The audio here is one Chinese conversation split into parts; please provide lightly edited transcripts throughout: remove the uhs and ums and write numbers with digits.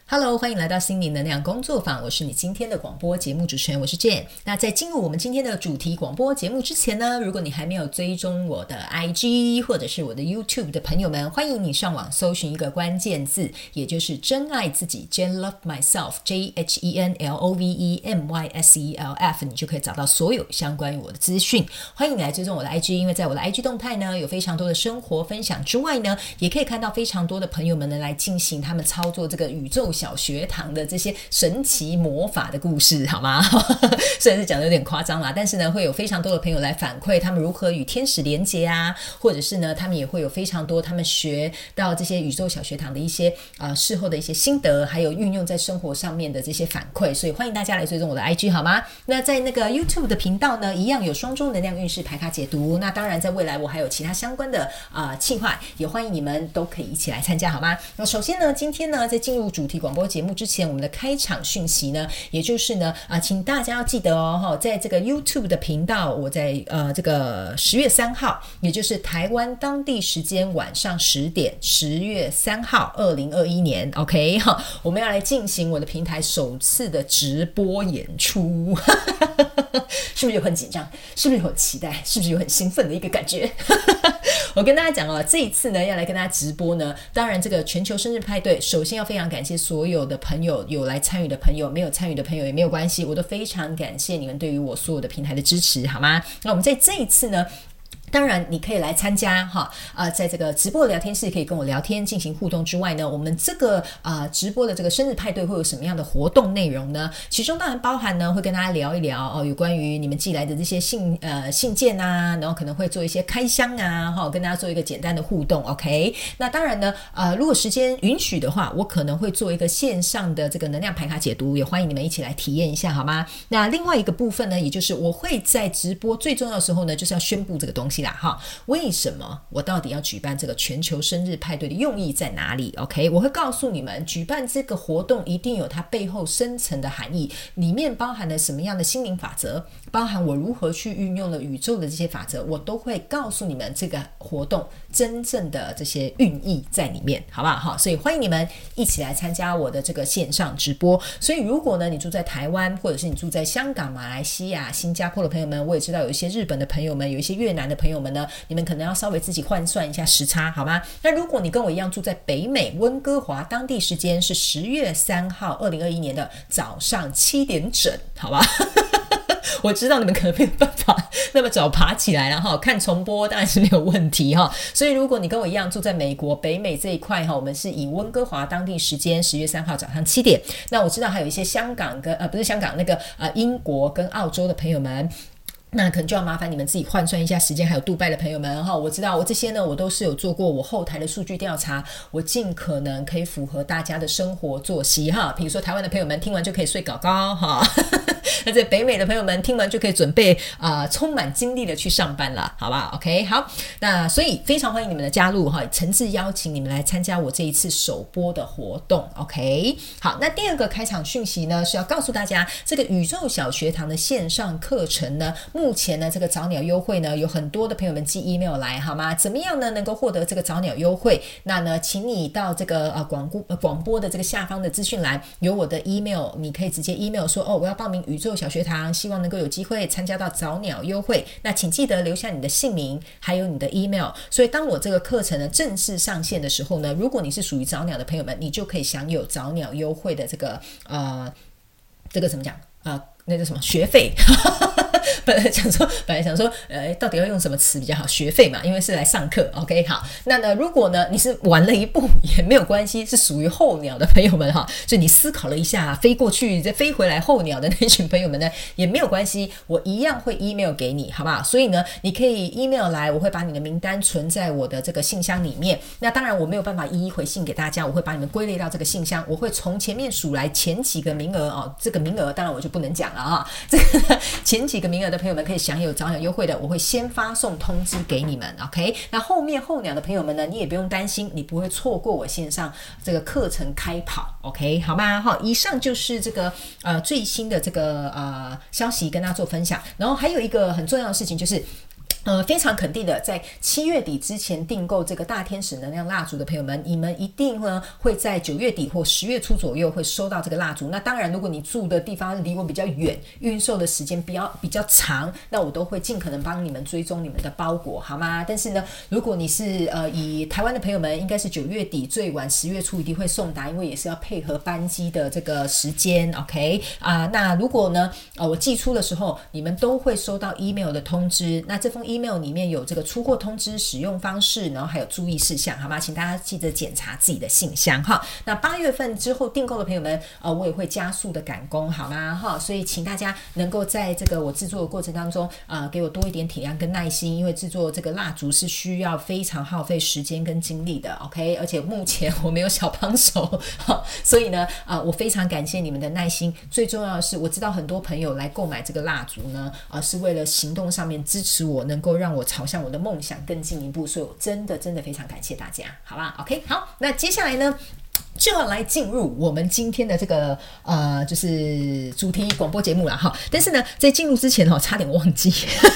Hello， 欢迎来到心灵能量工作坊，我是你今天的广播节目主持人，我是 Jane。那在进入我们今天的主题广播节目之前呢，如果你还没有追踪我的 IG 或者是我的 YouTube 的朋友们，欢迎你上网搜寻一个关键字，也就是真爱自己 Jane Love Myself JHENLOVEMYSELF， 你就可以找到所有相关于我的资讯。欢迎你来追踪我的 IG， 因为在我的 IG 动态呢，有非常多的生活分享之外呢，也可以看到非常多的朋友们呢来进行他们操作这个宇宙小学堂的这些神奇魔法的故事，好吗？虽然是讲的有点夸张啦，但是呢，会有非常多的朋友来反馈他们如何与天使连结啊，或者是呢，他们也会有非常多他们学到这些宇宙小学堂的一些事后的一些心得，还有运用在生活上面的这些反馈，所以欢迎大家来追踪我的 IG 好吗？那在那个 YouTube 的频道呢，一样有双周能量运势牌卡解读。那当然，在未来我还有其他相关的企划，也欢迎你们都可以一起来参加好吗？那首先呢，今天呢，在进入主题广播节目之前，我们的开场讯息呢，也就是呢请大家要记得哦，在这个 YouTube 的频道，我在这个10月3号，也就是台湾当地时间晚上10点，10月3号2021年 OK 我们要来进行我的平台首次的直播演出是不是有很紧张？是不是有很期待？是不是有很兴奋的一个感觉我跟大家讲这一次呢要来跟大家直播呢，当然这个全球生日派对，首先要非常感谢所有的朋友，有来参与的朋友，没有参与的朋友也没有关系，我都非常感谢你们对于我所有的平台的支持，好吗？那我们在这一次呢，当然你可以来参加在这个直播的聊天室可以跟我聊天进行互动之外呢，我们这个直播的这个生日派对会有什么样的活动内容呢？其中当然包含呢会跟大家聊一聊有关于你们寄来的这些信件啊，然后可能会做一些开箱啊跟大家做一个简单的互动 OK。 那当然呢如果时间允许的话，我可能会做一个线上的这个能量牌卡解读，也欢迎你们一起来体验一下好吗？那另外一个部分呢，也就是我会在直播最重要的时候呢，就是要宣布这个东西为什么我到底要举办这个全球生日派对的用意在哪里 OK， 我会告诉你们举办这个活动一定有它背后深层的含义，里面包含了什么样的心灵法则，包含我如何去运用了宇宙的这些法则，我都会告诉你们这个活动真正的这些寓意在里面，好不好？所以欢迎你们一起来参加我的这个线上直播。所以如果呢你住在台湾，或者是你住在香港、马来西亚、新加坡的朋友们，我也知道有一些日本的朋友们，有一些越南的朋友们呢，你们可能要稍微自己换算一下时差好吗？那如果你跟我一样住在北美温哥华，当地时间是10月3号2021年的早上7点整，好吧我知道你们可能没有办法那么早爬起来了看重播当然是没有问题所以如果你跟我一样住在美国北美这一块我们是以温哥华当地时间10月3号早上7点，那我知道还有一些香港跟不是香港那个英国跟澳洲的朋友们，那可能就要麻烦你们自己换算一下时间，还有杜拜的朋友们我知道我这些呢我都是有做过我后台的数据调查，我尽可能可以符合大家的生活作息比如说台湾的朋友们听完就可以睡搞高那在北美的朋友们听完就可以准备充满精力的去上班了，好吧 OK 好，那所以非常欢迎你们的加入诚挚邀请你们来参加我这一次首播的活动 OK 好，那第二个开场讯息呢是要告诉大家，这个宇宙小学堂的线上课程呢，目前呢这个早鸟优惠呢有很多的朋友们寄 email 来好吗？怎么样呢能够获得这个早鸟优惠？那呢请你到这个广播的这个下方的资讯栏有我的 email， 你可以直接 email 说我要报名宇宙小学堂，希望能够有机会参加到早鸟优惠，那请记得留下你的姓名还有你的 email， 所以当我这个课程呢正式上线的时候呢，如果你是属于早鸟的朋友们，你就可以享有早鸟优惠的这个怎么讲那叫什么学费本来想说到底要用什么词比较好，学费嘛，因为是来上课 OK 好，那呢如果呢你是晚了一步也没有关系，是属于候鸟的朋友们所以你思考了一下飞过去再飞回来候鸟的那群朋友们呢也没有关系，我一样会 email 给你好不好？所以呢你可以 email 来，我会把你的名单存在我的这个信箱里面，那当然我没有办法一一回信给大家，我会把你们归类到这个信箱，我会从前面数来前几个名额这个名额当然我就不能讲了这个前几个名额的朋友们可以享有早鸟优惠的，我会先发送通知给你们 OK。 那后面候鸟的朋友们呢，你也不用担心，你不会错过我线上这个课程开跑 OK 好吗？以上就是这个最新的这个消息跟大家做分享。然后还有一个很重要的事情就是非常肯定的，在7月底之前订购这个大天使能量蜡烛的朋友们，你们一定呢会在9月底或10月初左右会收到这个蜡烛。那当然，如果你住的地方离我比较远，运售的时间比较长，那我都会尽可能帮你们追踪你们的包裹，好吗？但是呢，如果你是以台湾的朋友们，应该是9月底最晚10月初一定会送达，因为也是要配合班机的这个时间 ，OK 那如果呢我寄出的时候，你们都会收到 email 的通知，那这封 email 里面有这个出货通知、使用方式，然后还有注意事项，好吗？请大家记得检查自己的信箱哈。那8月份之后订购的朋友们，我也会加速的赶工，好吗？哈，所以请大家能够在这个我制作的过程当中，给我多一点体谅跟耐心，因为制作这个蜡烛是需要非常耗费时间跟精力的 ，OK？ 而且目前我没有小帮手，所以呢，我非常感谢你们的耐心。最重要的是，我知道很多朋友来购买这个蜡烛呢，是为了行动上面支持我，能够让我朝向我的梦想更进一步，所以我真的非常感谢大家，好吧 ？OK， 好，那接下来呢，就要来进入我们今天的这个就是主题广播节目了哈。但是呢，在进入之前差点忘记。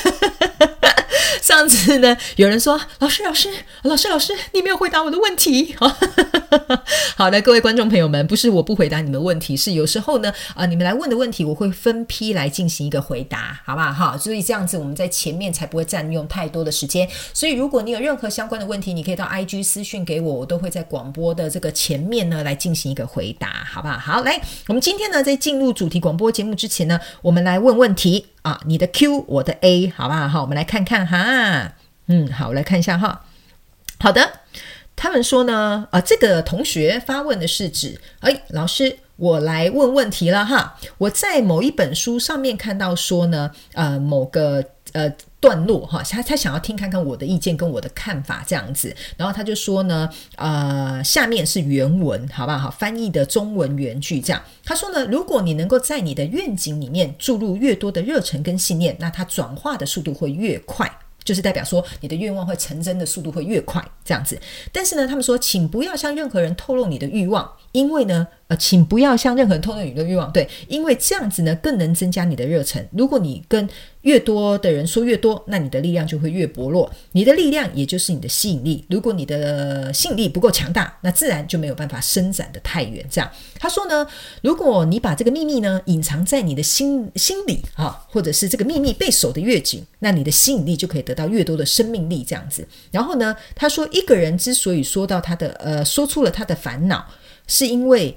上次呢，有人说老师，你没有回答我的问题。好的，各位观众朋友们，不是我不回答你们问题，是有时候呢，你们来问的问题，我会分批来进行一个回答，好不好？所以这样子我们在前面才不会占用太多的时间。所以如果你有任何相关的问题，你可以到 IG 私讯给我，我都会在广播的这个前面呢来进行一个回答，好不好？好，来，我们今天呢在进入主题广播节目之前呢，我们来问问题。你的 Q 我的 A， 好不好？好，我们来看看哈。好，我来看一下哈。好的，他们说呢，这个同学发问的是指，老师，我来问问题了哈。我在某一本书上面看到说呢，某个段落哈，他想要听看看我的意见跟我的看法这样子，然后他就说呢，下面是原文，好不好？翻译的中文原句这样。他说呢，如果你能够在你的愿景里面注入越多的热忱跟信念，那它转化的速度会越快。就是代表说你的愿望会成真的速度会越快这样子。但是呢，他们说请不要向任何人透露你的欲望，因为呢请不要向任何人透露你的欲望，对，因为这样子呢更能增加你的热忱。如果你跟越多的人说越多，那你的力量就会越薄弱，你的力量也就是你的吸引力，如果你的吸引力不够强大，那自然就没有办法伸展的太远这样。他说呢，如果你把这个秘密呢隐藏在你的心里或者是这个秘密被守得越紧，那你的吸引力就可以得到越多的生命力这样子。然后呢，他说一个人之所以说出了他的烦恼，是因为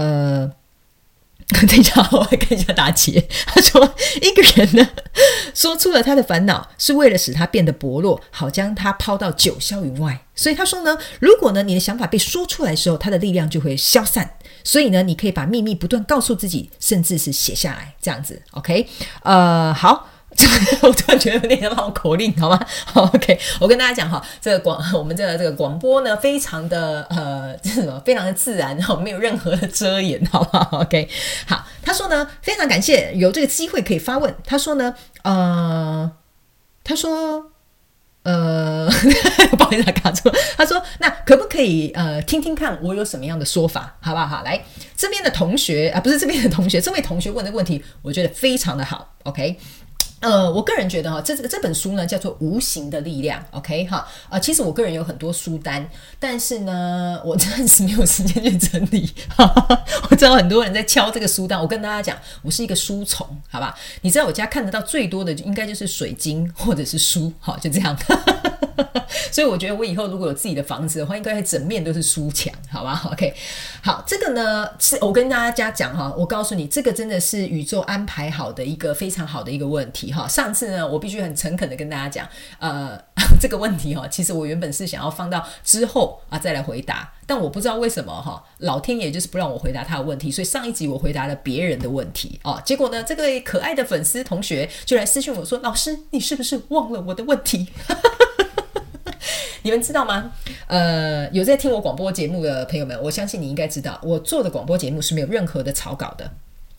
等一下，我来看一下答解。他说一个人呢说出了他的烦恼，是为了使他变得薄弱，好将他抛到九霄云外。所以他说呢，如果呢你的想法被说出来的时候，他的力量就会消散。所以呢，你可以把秘密不断告诉自己，甚至是写下来这样子。 OK， 好，我突然觉得有点像绕口令，好吗？好 ，OK， 我跟大家讲哈，我们这个广播呢，非常的这是什么？非常的自然，没有任何的遮掩，好不好 ？OK， 好，他说呢，非常感谢有这个机会可以发问。他说呢，不好意思卡住。他说那可不可以听听看我有什么样的说法，好不好？来，这边的同学不是这边的同学，这位同学问的问题我觉得非常的好。 OK，我个人觉得这本书呢叫做无形的力量 OK 其实我个人有很多书单，但是呢我暂时没有时间去整理我知道很多人在敲这个书单，我跟大家讲，我是一个书虫，好吧？你知道我家看得到最多的应该就是水晶或者是书，就这样所以我觉得我以后如果有自己的房子的话，应该整面都是书墙，好吧 OK， 好，这个呢是我跟大家讲我告诉你，这个真的是宇宙安排好的一个非常好的一个问题上次呢我必须很诚恳的跟大家讲这个问题其实我原本是想要放到之后再来回答，但我不知道为什么老天爷就是不让我回答他的问题，所以上一集我回答了别人的问题结果呢这个可爱的粉丝同学就来私讯我说，老师你是不是忘了我的问题你们知道吗？有在听我广播节目的朋友们，我相信你应该知道，我做的广播节目是没有任何的草稿的。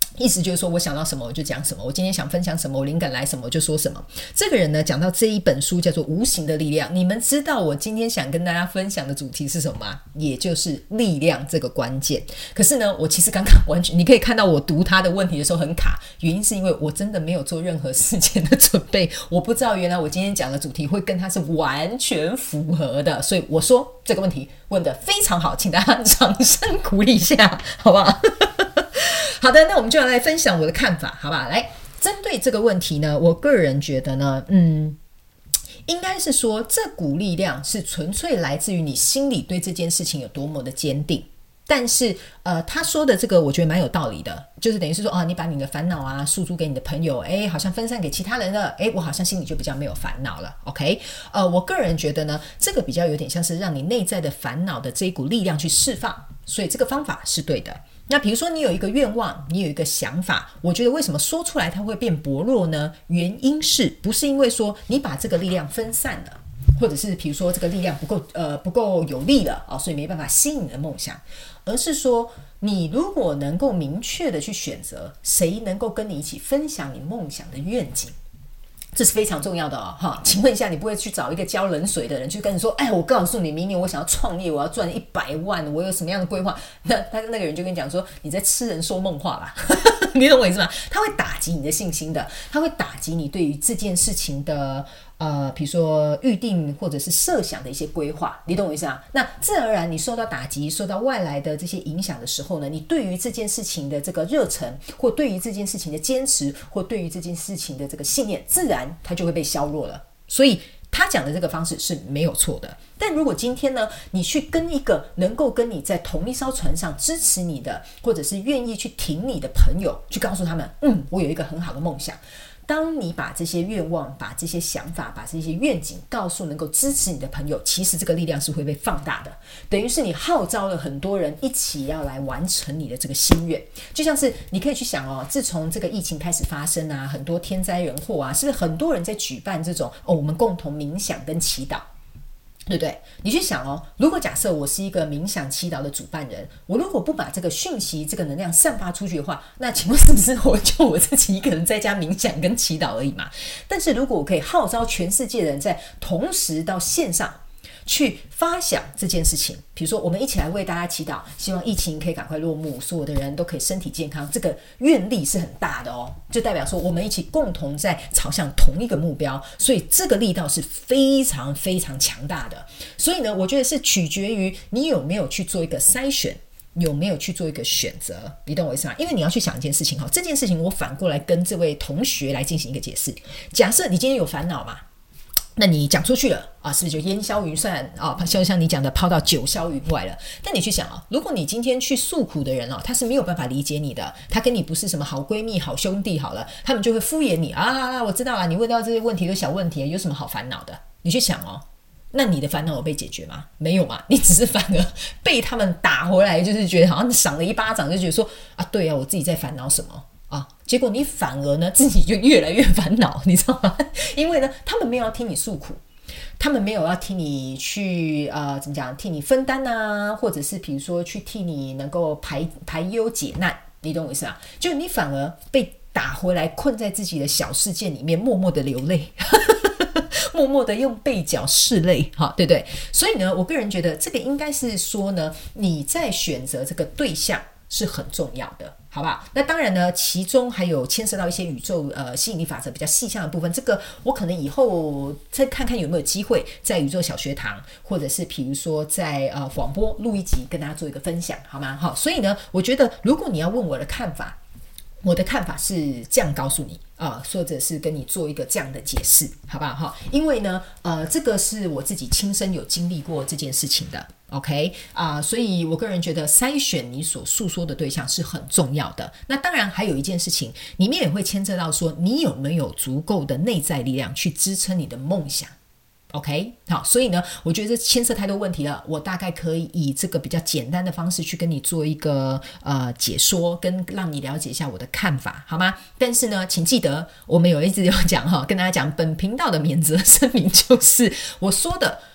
意思就是说我想到什么我就讲什么，我今天想分享什么，我灵感来什么我就说什么。这个人呢讲到这一本书叫做无形的力量，你们知道我今天想跟大家分享的主题是什么吗？也就是力量这个关键。可是呢我其实刚刚完全你可以看到我读他的问题的时候很卡，原因是因为我真的没有做任何事前的准备，我不知道原来我今天讲的主题会跟他是完全符合的，所以我说这个问题问得非常好，请大家掌声鼓励一下好不好好的，那我们就要来分享我的看法，好吧？来，针对这个问题呢，我个人觉得呢，应该是说这股力量是纯粹来自于你心里对这件事情有多么的坚定。但是他说的这个我觉得蛮有道理的，就是等于是说你把你的烦恼啊诉诸给你的朋友，好像分散给其他人了，我好像心里就比较没有烦恼了 OK。 我个人觉得呢，这个比较有点像是让你内在的烦恼的这一股力量去释放，所以这个方法是对的。那比如说你有一个愿望，你有一个想法，我觉得为什么说出来它会变薄弱呢？原因是不是因为说你把这个力量分散了，或者是比如说这个力量不够有力了所以没办法吸引你的梦想，而是说你如果能够明确的去选择谁能够跟你一起分享你梦想的愿景，这是非常重要的请问一下，你不会去找一个浇冷水的人去跟你说，我告诉你明年我想要创业，我要赚100万，我有什么样的规划，那个人就跟你讲说你在痴人说梦话啦你懂我意思吗？他会打击你的信心的，他会打击你对于这件事情的比如说预定或者是设想的一些规划，你懂我意思啊？那自然而然你受到打击，受到外来的这些影响的时候呢，你对于这件事情的这个热忱，或对于这件事情的坚持，或对于这件事情的这个信念，自然它就会被削弱了。所以他讲的这个方式是没有错的。但如果今天呢，你去跟一个能够跟你在同一艘船上支持你的，或者是愿意去挺你的朋友，去告诉他们我有一个很好的梦想，当你把这些愿望，把这些想法，把这些愿景告诉能够支持你的朋友，其实这个力量是会被放大的，等于是你号召了很多人一起要来完成你的这个心愿。就像是你可以去想自从这个疫情开始发生啊，很多天灾人祸啊，是不是很多人在举办这种我们共同冥想跟祈祷，对不对？你去想如果假设我是一个冥想祈祷的主办人，我如果不把这个讯息这个能量散发出去的话，那请问是不是我自己一个人在家冥想跟祈祷而已嘛？但是如果我可以号召全世界的人在同时到线上去发想这件事情，比如说我们一起来为大家祈祷，希望疫情可以赶快落幕，所有的人都可以身体健康，这个愿力是很大的就代表说我们一起共同在朝向同一个目标，所以这个力道是非常非常强大的。所以呢，我觉得是取决于你有没有去做一个筛选，有没有去做一个选择，你懂我意思吗？因为你要去想一件事情这件事情我反过来跟这位同学来进行一个解释。假设你今天有烦恼嘛，那你讲出去了是不是就烟消云散就像你讲的抛到九霄云外了？但你去想如果你今天去诉苦的人他是没有办法理解你的，他跟你不是什么好闺蜜好兄弟好了，他们就会敷衍你我知道了，你问到这些问题都小问题，有什么好烦恼的？你去想那你的烦恼有被解决吗？没有嘛，你只是反而被他们打回来，就是觉得好像赏了一巴掌，就觉得说对啊，我自己在烦恼什么结果你反而呢自己就越来越烦恼，你知道吗？因为呢他们没有要听你诉苦，他们没有要听你去怎么讲，替你分担或者是比如说去替你能够排忧解难，你懂我意思啊？就你反而被打回来，困在自己的小世界里面，默默的流泪默默的用背角拭泪对不对？所以呢，我个人觉得这个应该是说呢，你在选择这个对象是很重要的，好不好？那当然呢，其中还有牵涉到一些宇宙吸引力法则比较细项的部分，这个我可能以后再看看有没有机会在宇宙小学堂，或者是比如说在广播录一集跟大家做一个分享，好吗？好，所以呢，我觉得如果你要问我的看法，我的看法是这样告诉你或者是跟你做一个这样的解释，好不好？因为呢这个是我自己亲身有经历过这件事情的，OK 所以我个人觉得筛选你所诉说的对象是很重要的。那当然还有一件事情，里面也会牵涉到说你有没有足够的内在力量去支撑你的梦想。OK 好，所以呢我觉得这牵涉太多问题了，我大概可以以这个比较简单的方式去跟你做一个解说，跟让你了解一下我的看法，好吗？但是呢请记得我们一直有讲跟大家讲，本频道的免责声明就是我说的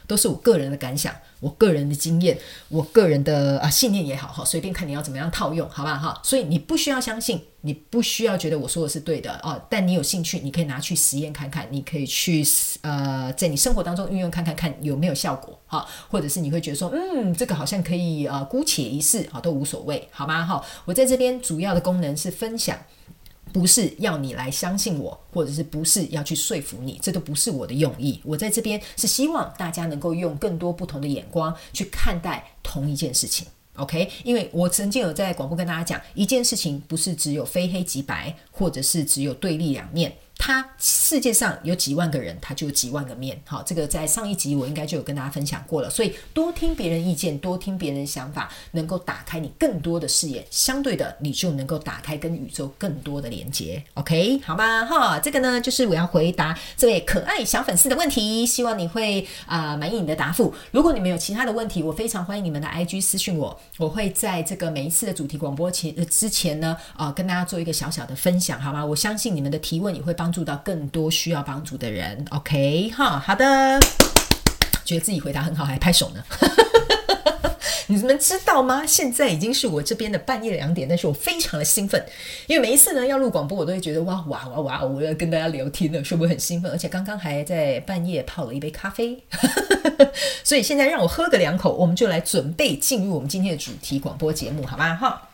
都是我个人的感想，我个人的经验，我个人的信念也好，随便看你要怎么样套用，好吧哈。所以你不需要相信，你不需要觉得我说的是对的但你有兴趣，你可以拿去实验看看，你可以去在你生活当中运用看有没有效果哈，或者是你会觉得说这个好像可以姑且一试都无所谓，好吗哈。我在这边主要的功能是分享。不是要你来相信我，或者是不是要去说服你，这都不是我的用意。我在这边是希望大家能够用更多不同的眼光去看待同一件事情。OK， 因为我曾经有在广播跟大家讲，一件事情不是只有非黑即白，或者是只有对立两面。他世界上有几万个人，他就有几万个面。好，这个在上一集我应该就有跟大家分享过了。所以多听别人意见，多听别人想法，能够打开你更多的视野，相对的你就能够打开跟宇宙更多的连接。OK， 好吗？哈，这个呢就是我要回答这位可爱小粉丝的问题，希望你会满意你的答复。如果你们有其他的问题，我非常欢迎你们的 IG 私讯我，我会在这个每一次的主题广播之前呢跟大家做一个小小的分享，好吗？我相信你们的提问也会帮助到更多需要帮助的人。 OK， 好的，觉得自己回答很好还拍手呢你们知道吗？现在已经是我这边的半夜2点，但是我非常的兴奋，因为每一次呢要录广播，我都会觉得哇，我要跟大家聊天了，是不是很兴奋？而且刚刚还在半夜泡了一杯咖啡所以现在让我喝个2口，我们就来准备进入我们今天的主题广播节目，好吗？哈，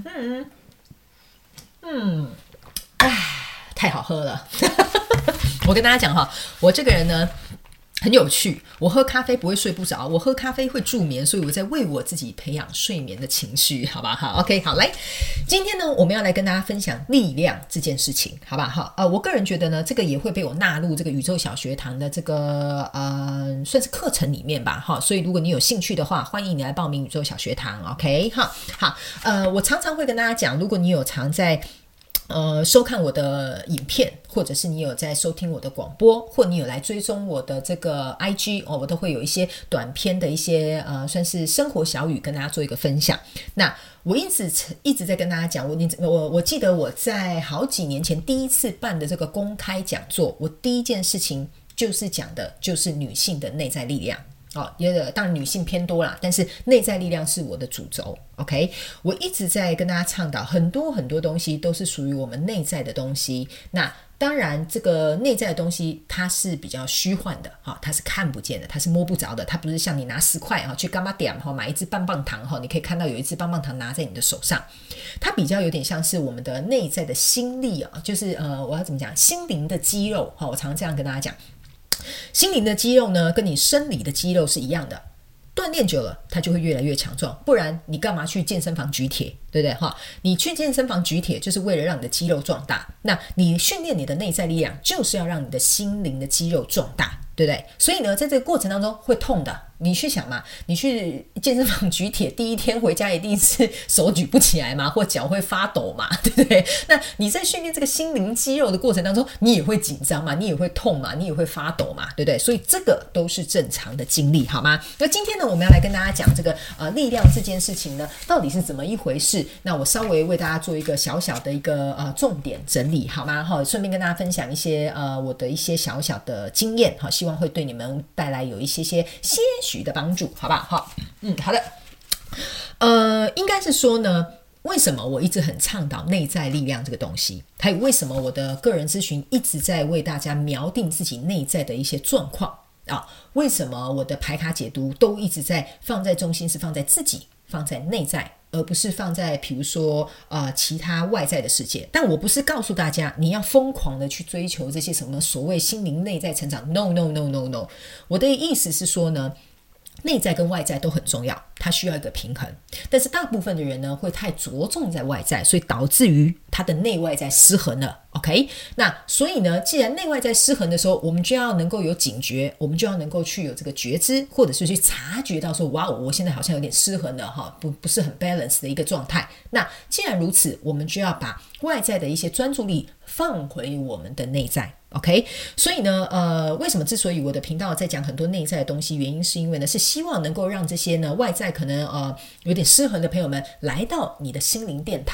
太好喝了我跟大家讲哈，我这个人呢很有趣，我喝咖啡不会睡不着，我喝咖啡会助眠，所以我在为我自己培养睡眠的情绪，好吧？好 ，OK， 好，来，今天呢，我们要来跟大家分享力量这件事情，好吧？好，我个人觉得呢，这个也会被我纳入这个宇宙小学堂的这个算是课程里面吧，哈，所以如果你有兴趣的话，欢迎你来报名宇宙小学堂 ，OK， 好，我常常会跟大家讲，如果你有常在收看我的影片，或者是你有在收听我的广播，或你有来追踪我的这个 IG 我都会有一些短篇的一些算是生活小语跟大家做一个分享。那我一直在跟大家讲，我记得我在好几年前第一次办的这个公开讲座，我第一件事情就是讲的就是女性的内在力量。当然女性偏多啦，但是内在力量是我的主轴。 OK， 我一直在跟大家倡导很多很多东西都是属于我们内在的东西。那当然这个内在的东西它是比较虚幻的，它是看不见的，它是摸不着的，它不是像你拿10块去干嘛点买一支棒棒糖，你可以看到有一支棒棒糖拿在你的手上，它比较有点像是我们的内在的心力就是我要怎么讲，心灵的肌肉我常这样跟大家讲，心灵的肌肉呢跟你生理的肌肉是一样的，锻炼久了它就会越来越强壮，不然你干嘛去健身房举铁，对不对？你去健身房举铁就是为了让你的肌肉壮大，那你训练你的内在力量就是要让你的心灵的肌肉壮大，对不对？所以呢在这个过程当中会痛的，你去想嘛，你去健身房举铁第一天回家一定是手举不起来嘛，或脚会发抖嘛，对不对？那你在训练这个心灵肌肉的过程当中，你也会紧张嘛，你也会痛嘛，你也会发抖嘛，对不对？所以这个都是正常的经历，好吗？那今天呢我们要来跟大家讲这个力量这件事情呢到底是怎么一回事，那我稍微为大家做一个小小的一个重点整理，好吗？顺便跟大家分享一些我的一些小小的经验，希望会对你们带来有一些些许的帮助，好不好？好的。应该是说呢，为什么我一直很倡导内在力量这个东西，还有为什么我的个人咨询一直在为大家瞄定自己内在的一些状况为什么我的牌卡解读都一直在放在重心是放在自己，放在内在，而不是放在比如说其他外在的世界。但我不是告诉大家你要疯狂的去追求这些什么所谓心灵内在成长， no， 我的意思是说呢，内在跟外在都很重要，它需要一个平衡，但是大部分的人呢会太着重在外在，所以导致于他的内外在失衡了。 OK， 那所以呢既然内外在失衡的时候，我们就要能够有警觉，我们就要能够去有这个觉知，或者是去察觉到说哇我现在好像有点失衡了不是很 balance 的一个状态。那既然如此，我们就要把外在的一些专注力放回我们的内在。 OK， 所以呢为什么之所以我的频道在讲很多内在的东西，原因是因为呢是希望能够让这些呢外在可能有点失衡的朋友们来到你的心灵殿堂，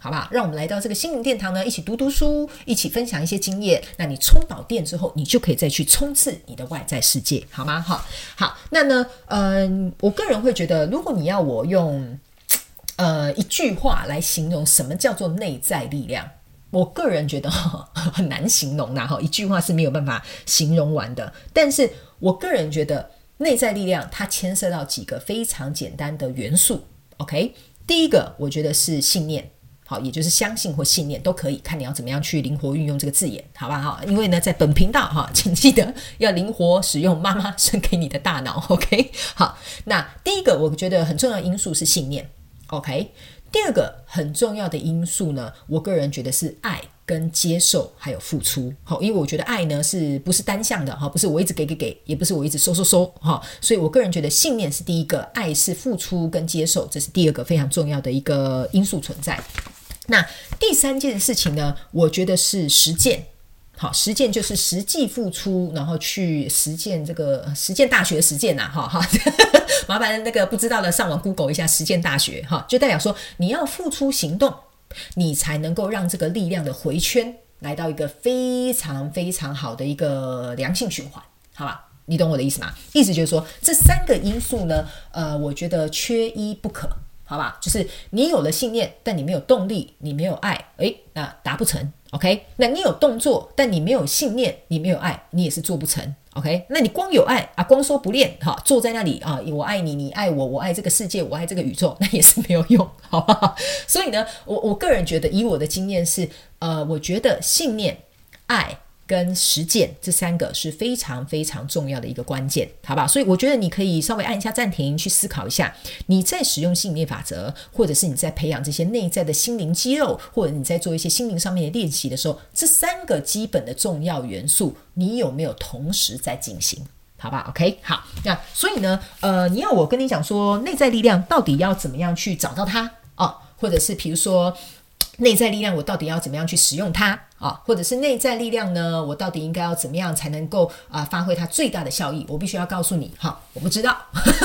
好不好？让我们来到这个心灵殿堂呢，一起读读书，一起分享一些经验。那你充饱电之后，你就可以再去冲刺你的外在世界，好吗？好，那呢，我个人会觉得，如果你要我用一句话来形容什么叫做内在力量，我个人觉得很难形容啦，一句话是没有办法形容完的。但是我个人觉得内在力量它牵涉到几个非常简单的元素。OK， 第一个我觉得是信念。好，也就是相信或信念都可以，看你要怎么样去灵活运用这个字眼，好不好？因为呢，在本频道请记得要灵活使用妈妈生给你的大脑。OK， 好，那第一个我觉得很重要的因素是信念。OK， 第二个很重要的因素呢，我个人觉得是爱跟接受还有付出。因为我觉得爱呢是不是单向的，不是我一直给，也不是我一直收，所以我个人觉得信念是第一个，爱是付出跟接受，这是第二个非常重要的一个因素存在。那第三件事情呢，我觉得是实践。好，实践就是实际付出，然后去实践这个实践大学的实践麻烦那个不知道的上网 Google 一下实践大学就代表说你要付出行动，你才能够让这个力量的回圈来到一个非常非常好的一个良性循环，好吧？你懂我的意思吗？意思就是说这三个因素呢，我觉得缺一不可。好吧，就是你有了信念，但你没有动力，你没有爱，那达不成。OK， 那你有动作，但你没有信念，你没有爱，你也是做不成。OK， 那你光有爱光说不练，坐在那里我爱你，你爱我，我爱这个世界，我爱这个宇宙，那也是没有用，好不好？所以呢，我个人觉得，以我的经验是，我觉得信念、爱跟实践这三个是非常非常重要的一个关键，好不好？所以我觉得你可以稍微按一下暂停，去思考一下，你在使用信念法则，或者是你在培养这些内在的心灵肌肉，或者你在做一些心灵上面的练习的时候，这三个基本的重要元素，你有没有同时在进行？好吧 ，OK， 好，那所以呢，你要我跟你讲说，内在力量到底要怎么样去找到它或者是比如说内在力量我到底要怎么样去使用它或者是内在力量呢，我到底应该要怎么样才能够发挥它最大的效益？我必须要告诉你，我不知道。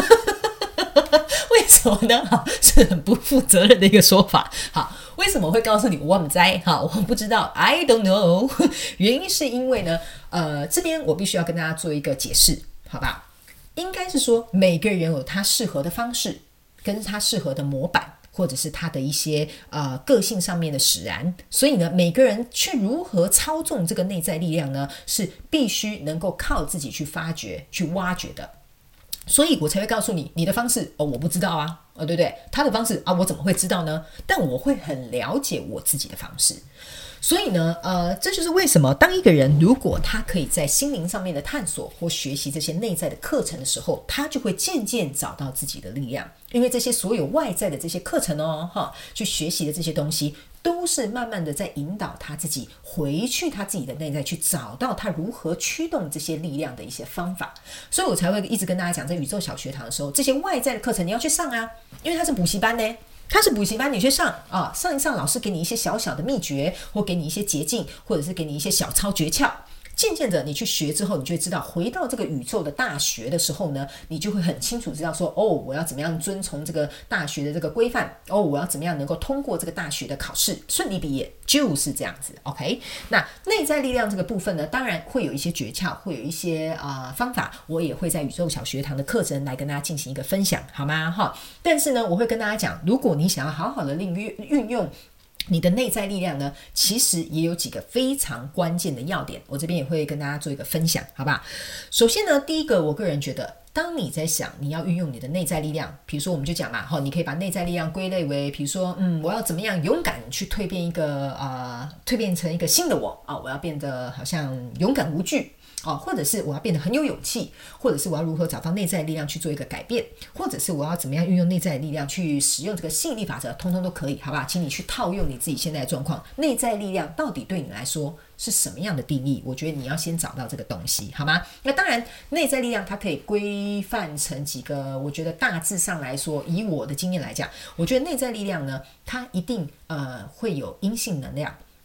为什么呢？是很不负责任的一个说法。好，为什么会告诉你我不知道？我不知道 ，I don't know。原因是因为呢，这边我必须要跟大家做一个解释，好吧？应该是说每个人有他适合的方式，跟他适合的模板。或者是他的一些个性上面的使然，所以呢，每个人去如何操纵这个内在力量呢，是必须能够靠自己去发掘、去挖掘的。所以我才会告诉你，你的方式我不知道对不对？他的方式我怎么会知道呢？但我会很了解我自己的方式。所以呢，这就是为什么当一个人如果他可以在心灵上面的探索或学习这些内在的课程的时候，他就会渐渐找到自己的力量。因为这些所有外在的这些课程去学习的这些东西，都是慢慢的在引导他自己回去他自己的内在，去找到他如何驱动这些力量的一些方法。所以我才会一直跟大家讲，在宇宙小学堂的时候，这些外在的课程你要去上因为它是补习班呢。它是补习班，你去上上一上，老师给你一些小小的秘诀，或给你一些捷径，或者是给你一些小抄诀窍。渐渐的你去学之后，你就会知道，回到这个宇宙的大学的时候呢，你就会很清楚知道说，我要怎么样遵从这个大学的这个规范，我要怎么样能够通过这个大学的考试顺利毕业，就是这样子。 OK， 那内在力量这个部分呢，当然会有一些诀窍，会有一些方法，我也会在宇宙小学堂的课程来跟大家进行一个分享，好吗？但是呢，我会跟大家讲，如果你想要好好的运用你的内在力量呢，其实也有几个非常关键的要点，我这边也会跟大家做一个分享，好吧？首先呢，第一个，我个人觉得，当你在想你要运用你的内在力量，比如说我们就讲嘛，你可以把内在力量归类为，比如说，我要怎么样勇敢去蜕变成一个新的我我要变得好像勇敢无惧。或者是我要变得很有勇气，或者是我要如何找到内在力量去做一个改变，或者是我要怎么样运用内在力量去使用这个吸引力法则，通通都可以，好吧？请你去套用你自己现在的状况，内在力量到底对你来说是什么样的定义？我觉得你要先找到这个东西，好吗？那当然，内在力量它可以规范成几个，我觉得大致上来说，以我的经验来讲，我觉得内在力量呢，它一定会有阴性能量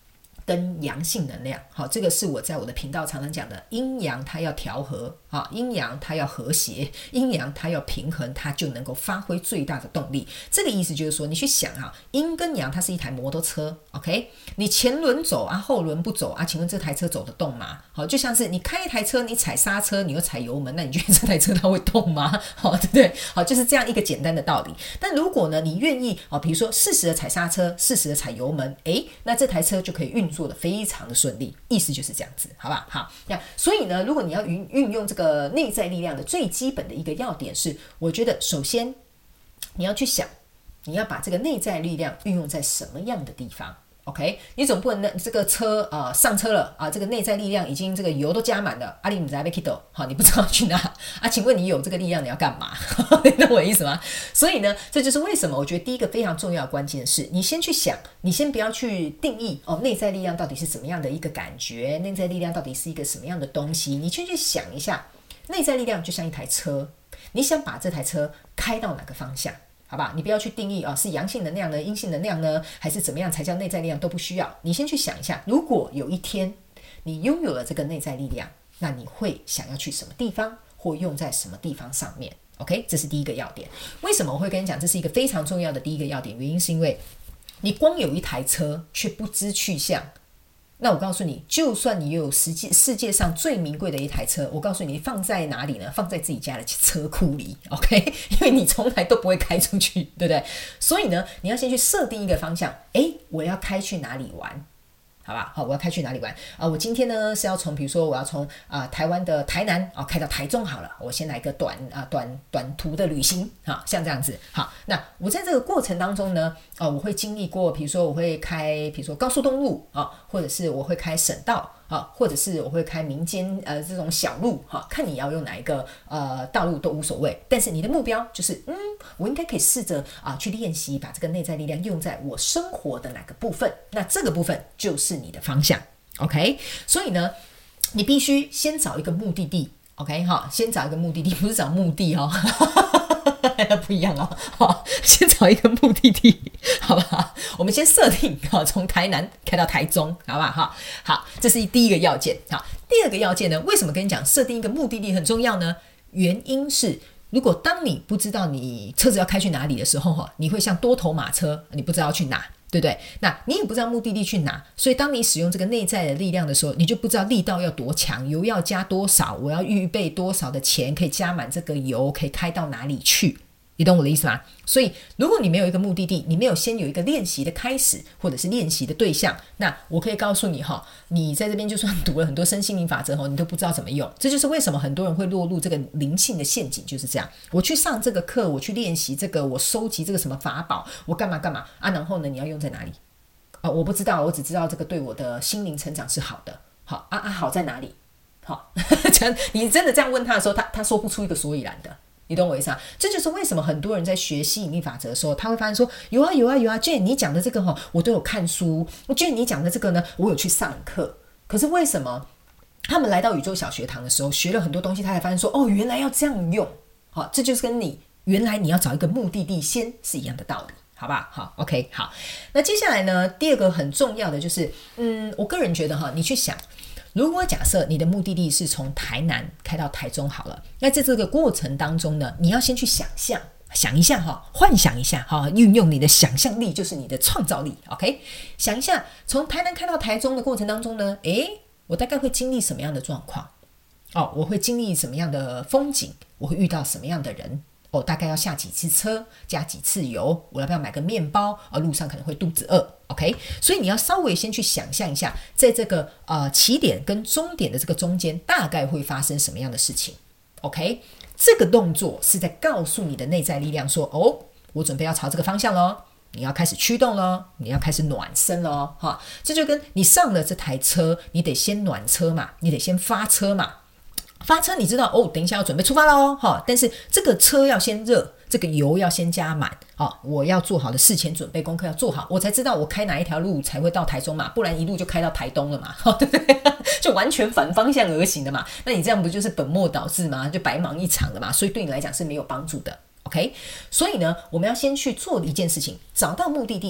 跟阳性能量，好，这个是我在我的频道常常讲的，阴阳它要调和，阴阳它要和谐，阴阳它要平衡，它就能够发挥最大的动力。这个意思就是说，你去想阴跟阳它是一台摩托车 ，OK， 你前轮走后轮不走请问这台车走得动吗？好，就像是你开一台车，你踩刹车，你又踩油门，那你觉得这台车它会动吗？好，对不对？好，就是这样一个简单的道理。但如果呢，你愿意比如说适时的踩刹车，适时的踩油门，那这台车就可以运做的非常的顺利，意思就是这样子，好吧？好，所以呢，如果你要运用这个内在力量的最基本的一个要点是，我觉得首先你要去想，你要把这个内在力量运用在什么样的地方。OK， 你总不能这个车上车了这个内在力量已经这个油都加满了你不知道要去哪，好，你不知道去哪请问你有这个力量你要干嘛？你懂我的意思吗？所以呢，这就是为什么我觉得第一个非常重要的关键是，你先去想，你先不要去定义内在力量到底是怎么样的一个感觉，内在力量到底是一个什么样的东西，你先去想一下，内在力量就像一台车，你想把这台车开到哪个方向？好吧，你不要去定义是阳性能量呢，阴性能量呢，还是怎么样才叫内在力量，都不需要。你先去想一下，如果有一天你拥有了这个内在力量，那你会想要去什么地方，或用在什么地方上面 ？OK， 这是第一个要点。为什么我会跟你讲这是一个非常重要的第一个要点？原因是因为你光有一台车却不知去向。那我告诉你，就算你有世界上最名贵的一台车，我告诉你放在哪里呢？放在自己家的车库里 OK， 因为你从来都不会开出去，对不对？所以呢，你要先去设定一个方向，我要开去哪里玩，好吧？好，我要开去哪里玩我今天呢是要从，比如说我要从台湾的台南开到台中好了，我先来个短途的旅行像这样子。好，那我在这个过程当中呢我会经历过，比如说我会开，比如说高速公路或者是我会开省道或者是我会开民间这种小路看你要用哪一个道路都无所谓，但是你的目标就是我应该可以试着去练习把这个内在力量用在我生活的哪个部分，那这个部分就是你的方向 OK。 所以呢，你必须先找一个目的地 OK 先找一个目的地，不是找墓地不一样先找一个目的地，好不好？我们先设定从台南开到台中，好不好？好，这是第一个要件。好，第二个要件呢，为什么跟你讲设定一个目的地很重要呢？原因是，如果当你不知道你车子要开去哪里的时候你会像多头马车，你不知道要去哪，对不对？那你也不知道目的地去哪，所以当你使用这个内在的力量的时候，你就不知道力道要多强，油要加多少，我要预备多少的钱可以加满这个油，可以开到哪里去，你懂我的意思吗？所以如果你没有一个目的地，你没有先有一个练习的开始，或者是练习的对象，那我可以告诉你你在这边就算读了很多身心灵法则你都不知道怎么用。这就是为什么很多人会落入这个灵性的陷阱，就是这样。我去上这个课，我去练习这个，我收集这个什么法宝，我干嘛然后呢，你要用在哪里我不知道，我只知道这个对我的心灵成长是好的。好在哪里？你真的这样问他的时候，他说不出一个所以然的。你懂我意思这就是为什么很多人在学吸引力法则的时候，他会发现说有啊 Jane 你讲的这个我都有看书，Jane 你讲的这个呢我有去上课，可是为什么他们来到宇宙小学堂的时候学了很多东西，他才发现说原来要这样用这就是跟你原来你要找一个目的地先是一样的道理，好吧？好 OK 好，那接下来呢，第二个很重要的就是我个人觉得你去想，如果假设你的目的地是从台南开到台中好了，那在这个过程当中呢，你要先去想一下幻想一下运用你的想象力就是你的创造力 OK。 想一下从台南开到台中的过程当中呢，我大概会经历什么样的状况我会经历什么样的风景，我会遇到什么样的人大概要下几次车，加几次油，我要不要买个面包路上可能会肚子饿 OK。 所以你要稍微先去想象一下，在这个起点跟终点的这个中间大概会发生什么样的事情 OK。 这个动作是在告诉你的内在力量说我准备要朝这个方向咯，你要开始驱动咯，你要开始暖身咯这就跟你上了这台车，你得先暖车嘛，你得先发车嘛，发车你知道等一下要准备出发咯但是这个车要先热，这个油要先加满我要做好的事前准备功课要做好，我才知道我开哪一条路才会到台中嘛，不然一路就开到台东了嘛对不对？就完全反方向而行的嘛，那你这样不就是本末倒置吗？就白忙一场了嘛，所以对你来讲是没有帮助的 OK。 所以呢，我们要先去做一件事情，找到目的地